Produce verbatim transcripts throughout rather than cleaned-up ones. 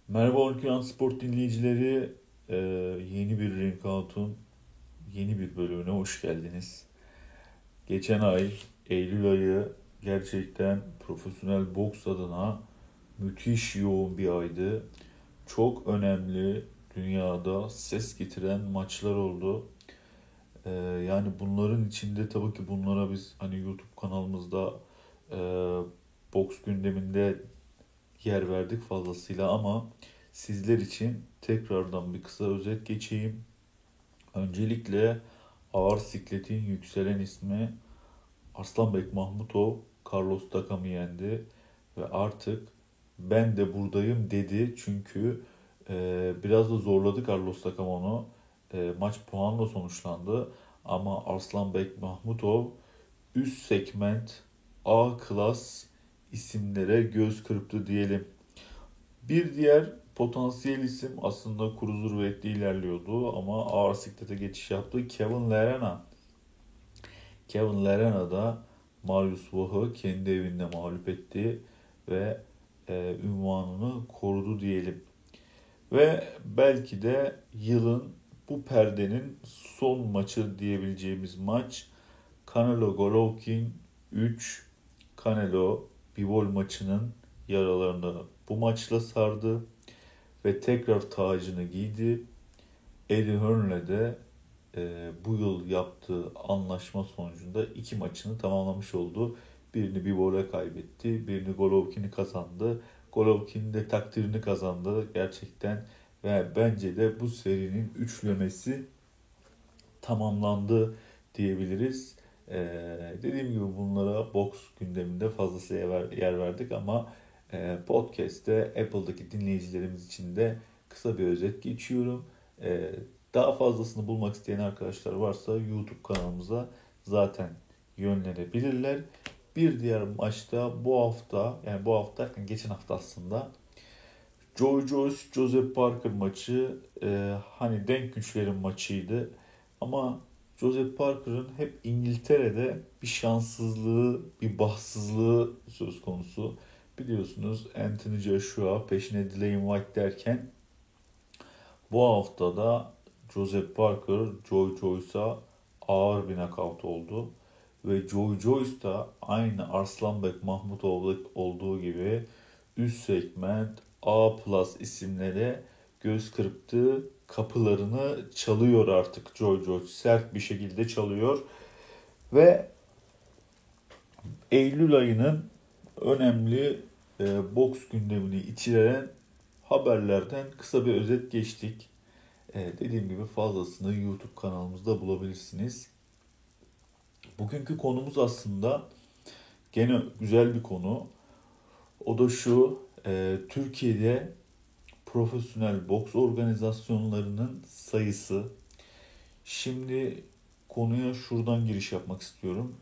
Merhaba Orkiyan Sport dinleyicileri. Ee, yeni bir Ring Out'un yeni bir bölümüne hoş geldiniz. Geçen ay, Eylül ayı gerçekten profesyonel boks adına müthiş yoğun bir aydı. Çok önemli, dünyada ses getiren maçlar oldu. Ee, yani bunların içinde tabii ki bunlara biz hani YouTube kanalımızda e, boks gündeminde yer verdik fazlasıyla ama sizler için tekrardan bir kısa özet geçeyim. Öncelikle ağır sikletin yükselen ismi Arslanbek Mahmutov Carlos Takam'ı yendi ve artık ben de buradayım dedi çünkü e, biraz da zorladı Carlos Takam onu. E, maç puanla sonuçlandı ama Arslanbek Mahmutov üst segment A klas isimlere göz kırptı diyelim. Bir diğer potansiyel isim aslında Cruiserweight'te ilerliyordu ama ağır siklete geçiş yaptı. Kevin Lerena. Kevin Lerena da Marius Vah'ı kendi evinde mağlup etti ve e, ünvanını korudu diyelim. Ve belki de yılın bu perdenin son maçı diyebileceğimiz maç Canelo Golovkin üç. Canelo Bivol maçının yaralarını bu maçla sardı ve tekrar tacını giydi. Eddie Hearn'le de e, bu yıl yaptığı anlaşma sonucunda iki maçını tamamlamış oldu. Birini Bivol'a kaybetti, birini Golovkin'i kazandı. Golovkin de takdirini kazandı gerçekten ve bence de bu serinin üçlemesi tamamlandı diyebiliriz. Ee, dediğim gibi bunlara boks gündeminde fazlasıyla yer verdik ama e, podcast'te Apple'daki dinleyicilerimiz için de kısa bir özet geçiyorum. Ee, daha fazlasını bulmak isteyen arkadaşlar varsa YouTube kanalımıza zaten yönlenebilirler. Bir diğer maçta bu hafta, yani bu hafta geçen hafta aslında Joe Joyce Joseph Parker maçı e, hani denk güçlerin maçıydı. Ama Joseph Parker'ın hep İngiltere'de bir şanssızlığı, bir bahtsızlığı söz konusu. Biliyorsunuz Anthony Joshua peşine Dillian White derken bu haftada Joseph Parker Joe Joyce'a ağır bir knockout oldu. Ve Joe Joyce da aynı Arslanbek Mahmutov'da olduğu gibi üst segment A plus isimlere göz kırptı. Kapılarını çalıyor artık Joe Joyce. Sert bir şekilde çalıyor. Ve Eylül ayının önemli e, boks gündemini içeren haberlerden kısa bir özet geçtik. E, dediğim gibi fazlasını YouTube kanalımızda bulabilirsiniz. Bugünkü konumuz aslında gene güzel bir konu. O da şu, e, Türkiye'de profesyonel boks organizasyonlarının sayısı. Şimdi konuya şuradan giriş yapmak istiyorum.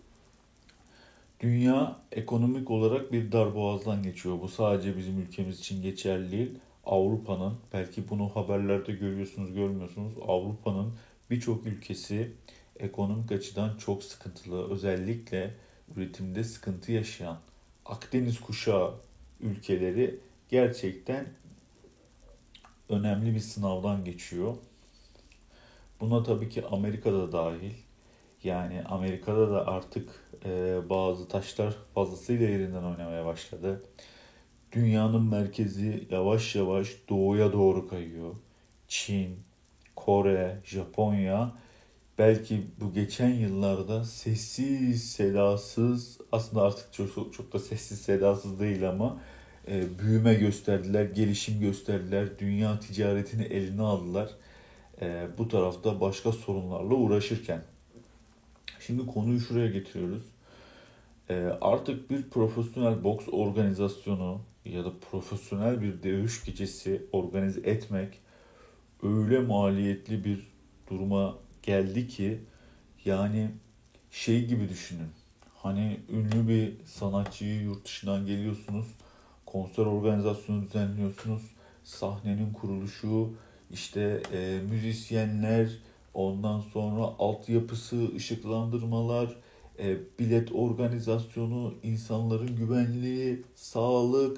Dünya ekonomik olarak bir darboğazdan geçiyor. Bu sadece bizim ülkemiz için geçerli değil. Avrupa'nın, belki bunu haberlerde görüyorsunuz, görmüyorsunuz. Avrupa'nın birçok ülkesi ekonomik açıdan çok sıkıntılı. Özellikle üretimde sıkıntı yaşayan Akdeniz kuşağı ülkeleri gerçekten önemli bir sınavdan geçiyor. Buna tabii ki Amerika'da dahil. Yani Amerika'da da artık e, bazı taşlar fazlasıyla yerinden oynamaya başladı. Dünyanın merkezi yavaş yavaş doğuya doğru kayıyor. Çin, Kore, Japonya belki bu geçen yıllarda sessiz sedasız, aslında artık çok, çok da sessiz sedasız değil ama e, büyüme gösterdiler, gelişim gösterdiler, dünya ticaretini eline aldılar. E, bu tarafta başka sorunlarla uğraşırken. Şimdi konuyu şuraya getiriyoruz. E, artık bir profesyonel boks organizasyonu ya da profesyonel bir dövüş gecesi organize etmek öyle maliyetli bir duruma geldi ki yani şey gibi düşünün. Hani ünlü bir sanatçıyı yurt dışından geliyorsunuz. Konser organizasyonu düzenliyorsunuz. Sahnenin kuruluşu, işte e, müzisyenler, ondan sonra altyapısı, ışıklandırmalar, e, bilet organizasyonu, insanların güvenliği, sağlık,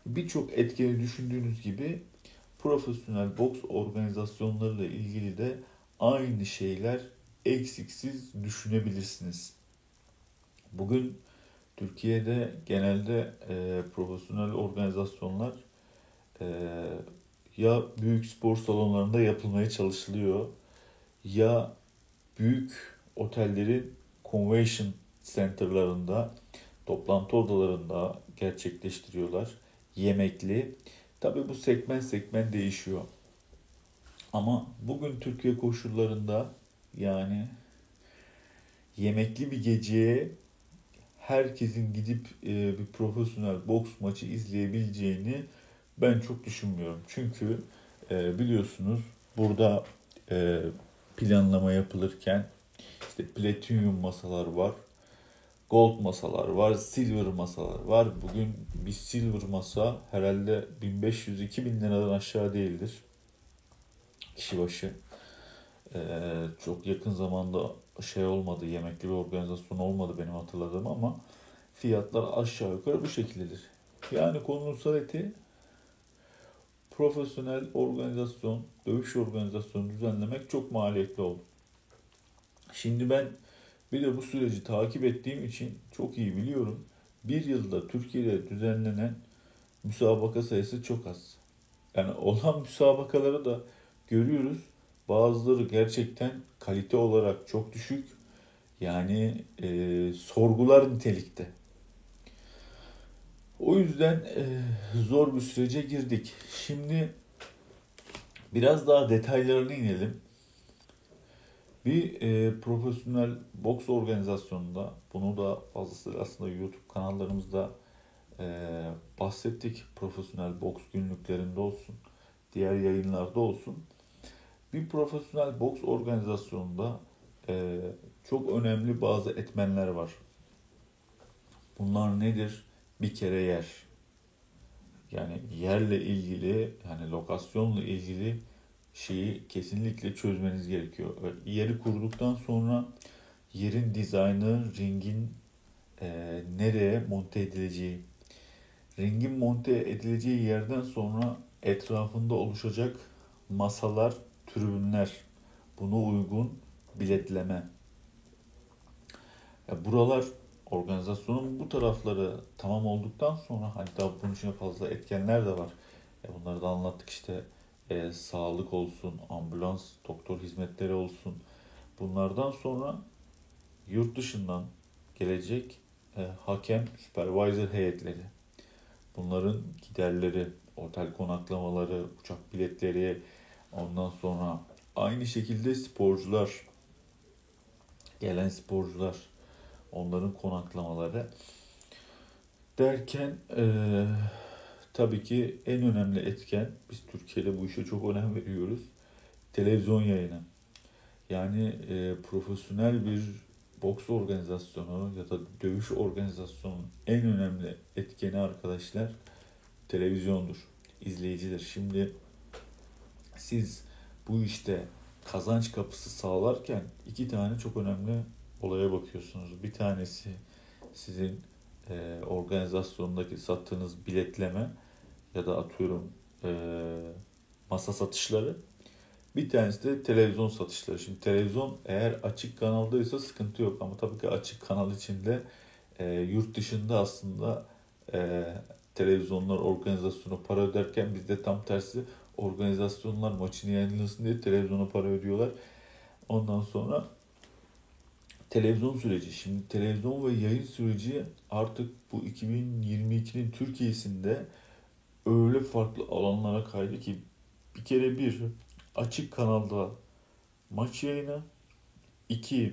birçok etkeni düşündüğünüz gibi profesyonel boks organizasyonlarıyla ilgili de aynı şeyler eksiksiz düşünebilirsiniz. Bugün Türkiye'de genelde e, profesyonel organizasyonlar e, ya büyük spor salonlarında yapılmaya çalışılıyor ya büyük otellerin convention center'larında, toplantı odalarında gerçekleştiriyorlar. Yemekli. Tabii bu segment segment değişiyor. Ama bugün Türkiye koşullarında yani yemekli bir geceye herkesin gidip e, bir profesyonel boks maçı izleyebileceğini ben çok düşünmüyorum. Çünkü e, biliyorsunuz burada e, planlama yapılırken işte platinum masalar var, gold masalar var, silver masalar var. Bugün bir silver masa herhalde bin beş yüz iki bin liradan aşağı değildir kişi başı. Ee, çok yakın zamanda şey olmadı, yemekli bir organizasyon olmadı benim hatırladığım ama fiyatlar aşağı yukarı bu şekildedir. Yani konunun özeti profesyonel organizasyon, dövüş organizasyonu düzenlemek çok maliyetli oldu. Şimdi ben bir de bu süreci takip ettiğim için çok iyi biliyorum. Bir yılda Türkiye'de düzenlenen müsabaka sayısı çok az. Yani olan müsabakaları da görüyoruz. Bazıları gerçekten kalite olarak çok düşük. Yani e, sorgular nitelikte. O yüzden e, zor bir sürece girdik. Şimdi biraz daha detaylarına inelim. Bir e, profesyonel boks organizasyonunda, bunu da fazlasıyla aslında YouTube kanallarımızda e, bahsettik. Profesyonel boks günlüklerinde olsun, diğer yayınlarda olsun. Bir profesyonel boks organizasyonunda e, çok önemli bazı etmenler var. Bunlar nedir? Bir kere yer. Yani yerle ilgili, yani lokasyonla ilgili şeyi kesinlikle çözmeniz gerekiyor. Yeri kurduktan sonra yerin dizaynı, ringin e, nereye monte edileceği, ringin monte edileceği yerden sonra etrafında oluşacak masalar, tribünler, buna uygun biletleme. Ya buralar organizasyonun bu tarafları tamam olduktan sonra hani daha bunun için fazla etkenler de var. Ya bunları da anlattık işte e, sağlık olsun, ambulans, doktor hizmetleri olsun. Bunlardan sonra yurt dışından gelecek e, hakem, supervisor heyetleri. Bunların giderleri, otel konaklamaları, uçak biletleri, ondan sonra aynı şekilde sporcular, gelen sporcular, onların konaklamaları derken eee, tabii ki en önemli etken, biz Türkiye'de bu işe çok önem veriyoruz, televizyon yayını. Yani eee, profesyonel bir boks organizasyonu ya da dövüş organizasyonunun en önemli etkeni arkadaşlar televizyondur, izleyicidir. Şimdi siz bu işte kazanç kapısı sağlarken iki tane çok önemli olaya bakıyorsunuz. Bir tanesi sizin e, organizasyondaki sattığınız biletleme ya da atıyorum e, masa satışları. Bir tanesi de televizyon satışları. Şimdi televizyon eğer açık kanaldaysa sıkıntı yok ama tabii ki açık kanal içinde e, yurt dışında aslında e, televizyonlar organizasyona para öderken bizde tam tersi organizasyonlar maçını yayınlasın diye televizyona para ödüyorlar. Ondan sonra televizyon süreci. Şimdi televizyon ve yayın süreci artık bu iki bin yirmi ikinin Türkiye'sinde öyle farklı alanlara kaydı ki bir kere bir açık kanalda maç yayını, iki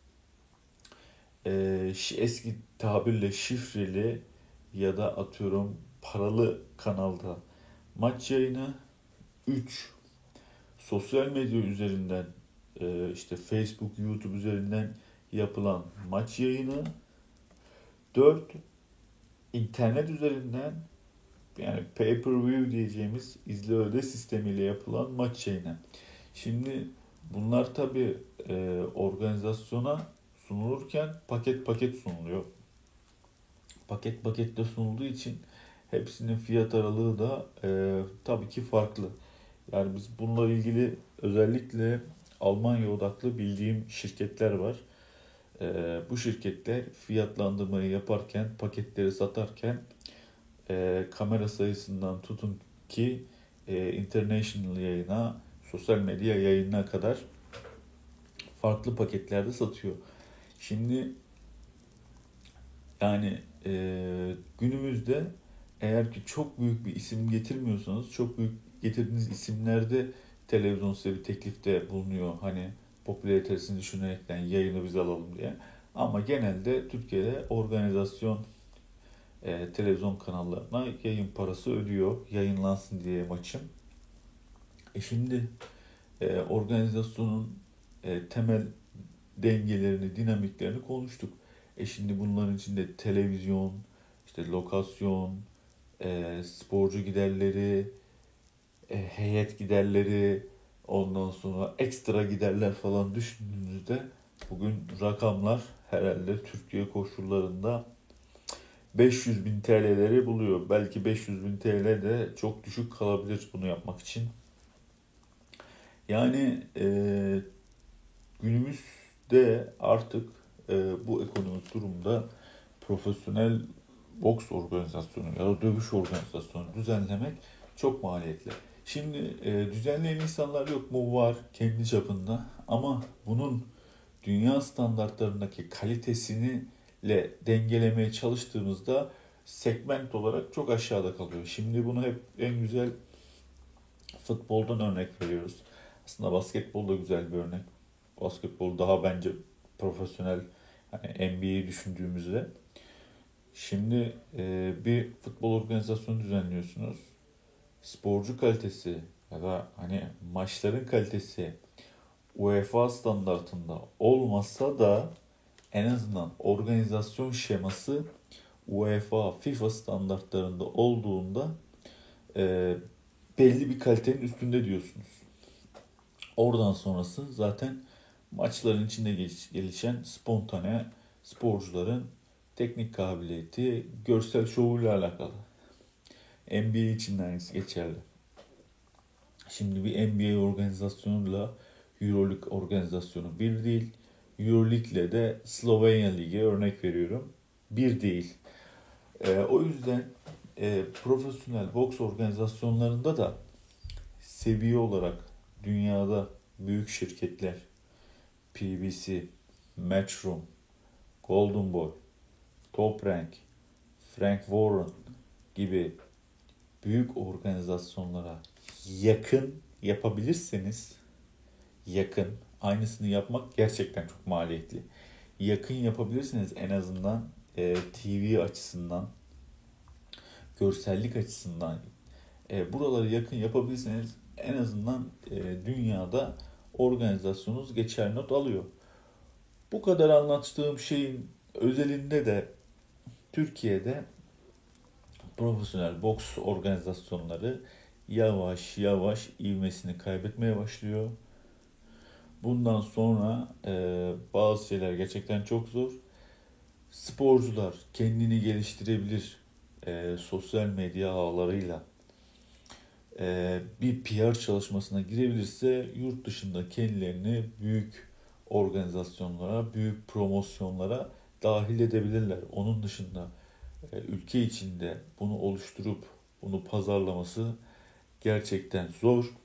e, eski tabirle şifreli ya da atıyorum paralı kanalda maç yayını, üç sosyal medya üzerinden e, işte Facebook, YouTube üzerinden yapılan maç yayını, dört internet üzerinden yani pay-per-view diyeceğimiz izle öde sistemiyle yapılan maç yayını. Şimdi bunlar tabii e, organizasyona sunulurken paket paket sunuluyor. Paket pakette sunulduğu için Hepsinin fiyat aralığı da e, tabii ki farklı. Yani biz bununla ilgili özellikle Almanya odaklı bildiğim şirketler var. E, bu şirketler fiyatlandırmayı yaparken, paketleri satarken e, kamera sayısından tutun ki e, international yayına, sosyal medya yayınına kadar farklı paketlerde satıyor. Şimdi yani e, günümüzde eğer ki çok büyük bir isim getirmiyorsanız, çok büyük getirdiğiniz isimlerde televizyon size bir teklifte bulunuyor. Hani popülaritesini düşünerekten yayını biz alalım diye. Ama genelde Türkiye'de organizasyon e, televizyon kanallarına yayın parası ödüyor. Yayınlansın diye maçım. E şimdi e, organizasyonun e, temel dengelerini, dinamiklerini konuştuk. E şimdi bunların içinde televizyon, işte lokasyon, e, sporcu giderleri, e, heyet giderleri, ondan sonra ekstra giderler falan düşündüğünüzde bugün rakamlar herhalde Türkiye koşullarında beş yüz bin T L'leri buluyor. Belki beş yüz bin T L de çok düşük kalabilir bunu yapmak için. Yani e, günümüzde artık e, bu ekonomik durumda profesyonel boks organizasyonu ya da dövüş organizasyonu düzenlemek çok maliyetli. Şimdi e, düzenleyen insanlar yok mu? Var kendi çapında ama bunun dünya standartlarındaki kalitesini ile dengelemeye çalıştığımızda segment olarak çok aşağıda kalıyor. Şimdi bunu hep en güzel futboldan örnek veriyoruz. Aslında basketbol da güzel bir örnek. Basketbol daha bence profesyonel, hani N B A'yi düşündüğümüzde. Şimdi e, bir futbol organizasyonu düzenliyorsunuz. Sporcu kalitesi ya da hani maçların kalitesi UEFA standartında olmasa da en azından organizasyon şeması UEFA, FIFA standartlarında olduğunda e, belli bir kalitenin üstünde diyorsunuz. Oradan sonrası zaten maçların içinde gelişen spontane sporcuların teknik kabiliyeti, görsel şovuyla alakalı. N B A için de aynısı geçerli. Şimdi bir N B A organizasyonuyla Euroleague organizasyonu bir değil. Euroleague ile de Slovenya Ligi örnek veriyorum. Bir değil. E, o yüzden e, profesyonel boks organizasyonlarında da seviye olarak dünyada büyük şirketler P B C, Matchroom, Golden Boy, Top Rank, Frank Warren gibi büyük organizasyonlara yakın yapabilirseniz, yakın, aynısını yapmak gerçekten çok maliyetli. Yakın yapabilirsiniz en azından e, T V açısından, görsellik açısından. E, buraları yakın yapabilirseniz en azından e, dünyada organizasyonunuz geçer not alıyor. Bu kadar anlattığım şeyin özelinde de Türkiye'de profesyonel boks organizasyonları yavaş yavaş ivmesini kaybetmeye başlıyor. Bundan sonra e, bazı şeyler gerçekten çok zor. Sporcular kendini geliştirebilir e, sosyal medya ağlarıyla. E, bir P R çalışmasına girebilirse yurt dışında kendilerini büyük organizasyonlara, büyük promosyonlara dahil edebilirler. Onun dışında e, ülke içinde bunu oluşturup bunu pazarlaması gerçekten zor.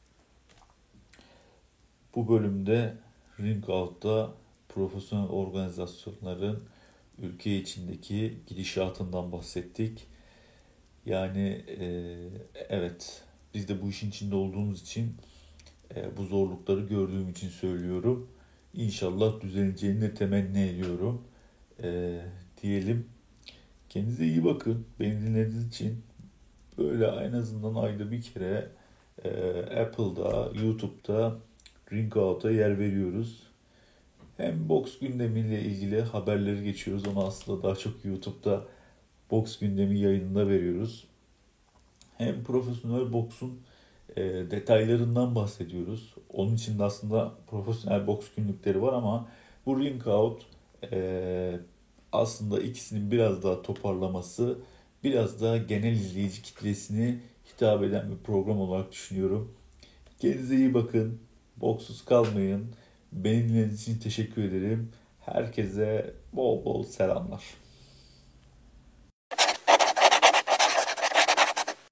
Bu bölümde Ring Out'ta profesyonel organizasyonların ülke içindeki gidişatından bahsettik. Yani e, evet, biz de bu işin içinde olduğumuz için e, bu zorlukları gördüğüm için söylüyorum. İnşallah düzeleceğini de temenni ediyorum. E, diyelim. Kendinize iyi bakın. Beni dinlediğiniz için böyle en azından ayda bir kere e, Apple'da, YouTube'da Ring Out'a yer veriyoruz. Hem boks gündemiyle ilgili haberleri geçiyoruz ama aslında daha çok YouTube'da boks gündemi yayınında veriyoruz. Hem profesyonel boksun e, detaylarından bahsediyoruz. Onun için de aslında profesyonel boks günlükleri var ama bu Ring Out e, aslında ikisinin biraz daha toparlaması biraz daha genel izleyici kitlesine hitap eden bir program olarak düşünüyorum. Kendinize iyi bakın. Boksuz kalmayın. Beni dinlediğiniz için teşekkür ederim. Herkese bol bol selamlar.